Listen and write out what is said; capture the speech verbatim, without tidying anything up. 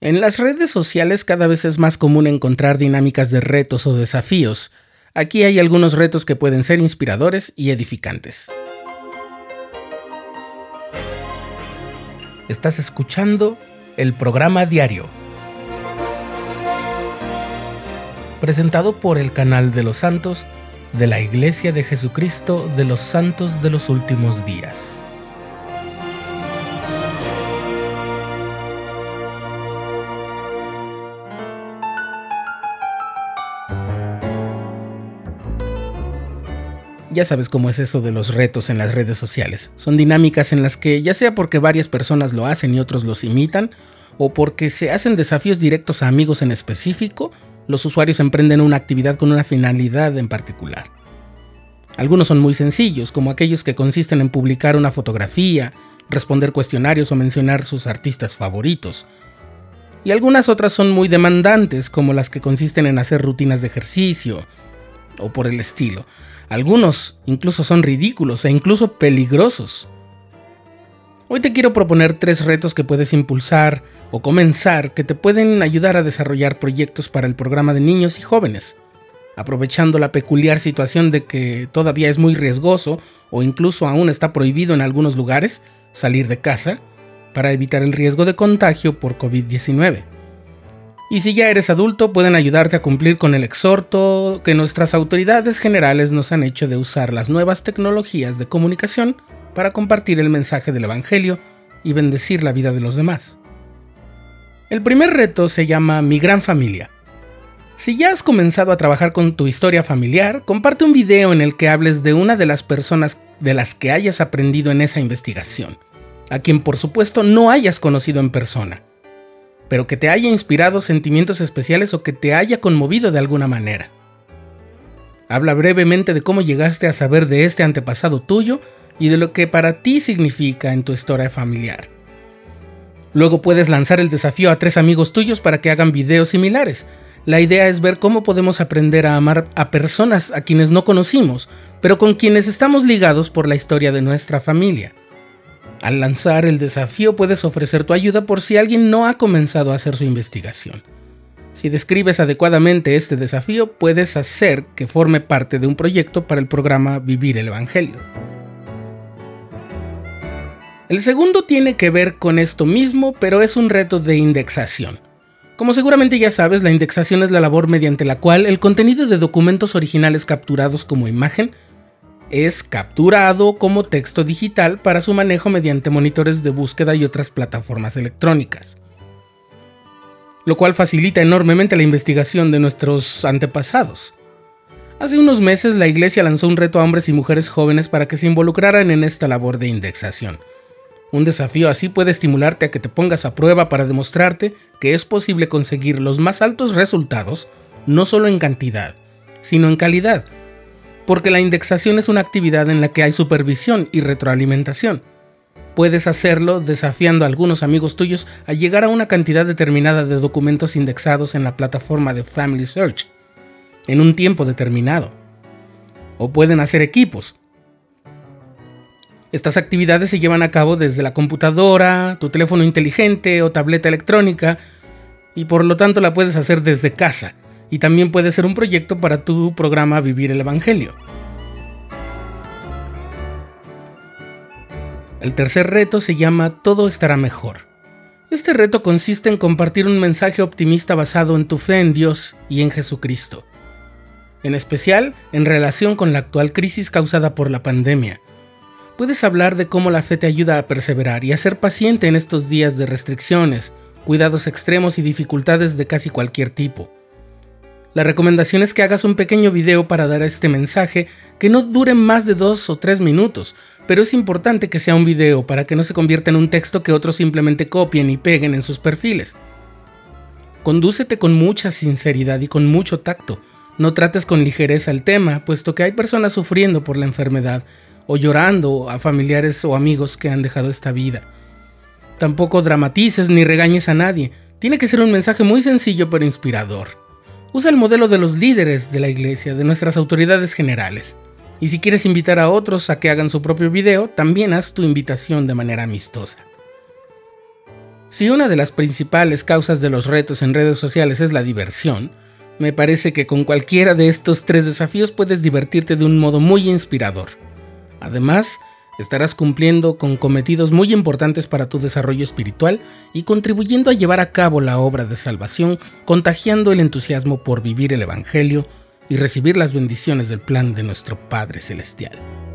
En las redes sociales cada vez es más común encontrar dinámicas de retos o desafíos. Aquí hay algunos retos que pueden ser inspiradores y edificantes. Estás escuchando el programa diario, presentado por el canal de los santos de la Iglesia de Jesucristo de los Santos de los Últimos Días. Ya sabes cómo es eso de los retos en las redes sociales. Son dinámicas en las que, ya sea porque varias personas lo hacen y otros los imitan, o porque se hacen desafíos directos a amigos en específico, los usuarios emprenden una actividad con una finalidad en particular. Algunos son muy sencillos, como aquellos que consisten en publicar una fotografía, responder cuestionarios o mencionar sus artistas favoritos. Y algunas otras son muy demandantes, como las que consisten en hacer rutinas de ejercicio, o por el estilo. Algunos incluso son ridículos e incluso peligrosos. Hoy te quiero proponer tres retos que puedes impulsar o comenzar que te pueden ayudar a desarrollar proyectos para el programa de niños y jóvenes, aprovechando la peculiar situación de que todavía es muy riesgoso o incluso aún está prohibido en algunos lugares salir de casa para evitar el riesgo de contagio por covid diecinueve. Y si ya eres adulto, pueden ayudarte a cumplir con el exhorto que nuestras autoridades generales nos han hecho de usar las nuevas tecnologías de comunicación para compartir el mensaje del Evangelio y bendecir la vida de los demás. El primer reto se llama Mi Gran Familia. Si ya has comenzado a trabajar con tu historia familiar, comparte un video en el que hables de una de las personas de las que hayas aprendido en esa investigación, a quien por supuesto no hayas conocido en persona, pero que te haya inspirado sentimientos especiales o que te haya conmovido de alguna manera. Habla brevemente de cómo llegaste a saber de este antepasado tuyo y de lo que para ti significa en tu historia familiar. Luego puedes lanzar el desafío a tres amigos tuyos para que hagan videos similares. La idea es ver cómo podemos aprender a amar a personas a quienes no conocimos, pero con quienes estamos ligados por la historia de nuestra familia. Al lanzar el desafío puedes ofrecer tu ayuda por si alguien no ha comenzado a hacer su investigación. Si describes adecuadamente este desafío, puedes hacer que forme parte de un proyecto para el programa Vivir el Evangelio. El segundo tiene que ver con esto mismo, pero es un reto de indexación. Como seguramente ya sabes, la indexación es la labor mediante la cual el contenido de documentos originales capturados como imagen es capturado como texto digital para su manejo mediante monitores de búsqueda y otras plataformas electrónicas, lo cual facilita enormemente la investigación de nuestros antepasados. Hace unos meses la Iglesia lanzó un reto a hombres y mujeres jóvenes para que se involucraran en esta labor de indexación. Un desafío así puede estimularte a que te pongas a prueba para demostrarte que es posible conseguir los más altos resultados, no solo en cantidad, sino en calidad, porque la indexación es una actividad en la que hay supervisión y retroalimentación. Puedes hacerlo desafiando a algunos amigos tuyos a llegar a una cantidad determinada de documentos indexados en la plataforma de Family Search, en un tiempo determinado. O pueden hacer equipos. Estas actividades se llevan a cabo desde la computadora, tu teléfono inteligente o tableta electrónica, y por lo tanto la puedes hacer desde casa. Y también puede ser un proyecto para tu programa Vivir el Evangelio. El tercer reto se llama Todo estará mejor. Este reto consiste en compartir un mensaje optimista basado en tu fe en Dios y en Jesucristo, en especial en relación con la actual crisis causada por la pandemia. Puedes hablar de cómo la fe te ayuda a perseverar y a ser paciente en estos días de restricciones, cuidados extremos y dificultades de casi cualquier tipo. La recomendación es que hagas un pequeño video para dar este mensaje que no dure más de dos o tres minutos, pero es importante que sea un video para que no se convierta en un texto que otros simplemente copien y peguen en sus perfiles. Condúcete con mucha sinceridad y con mucho tacto. No trates con ligereza el tema, puesto que hay personas sufriendo por la enfermedad o llorando a familiares o amigos que han dejado esta vida. Tampoco dramatices ni regañes a nadie. Tiene que ser un mensaje muy sencillo pero inspirador. Usa el modelo de los líderes de la iglesia, de nuestras autoridades generales. Y si quieres invitar a otros a que hagan su propio video, también haz tu invitación de manera amistosa. Si una de las principales causas de los retos en redes sociales es la diversión, me parece que con cualquiera de estos tres desafíos puedes divertirte de un modo muy inspirador. Además, estarás cumpliendo con cometidos muy importantes para tu desarrollo espiritual y contribuyendo a llevar a cabo la obra de salvación, contagiando el entusiasmo por vivir el Evangelio y recibir las bendiciones del plan de nuestro Padre Celestial.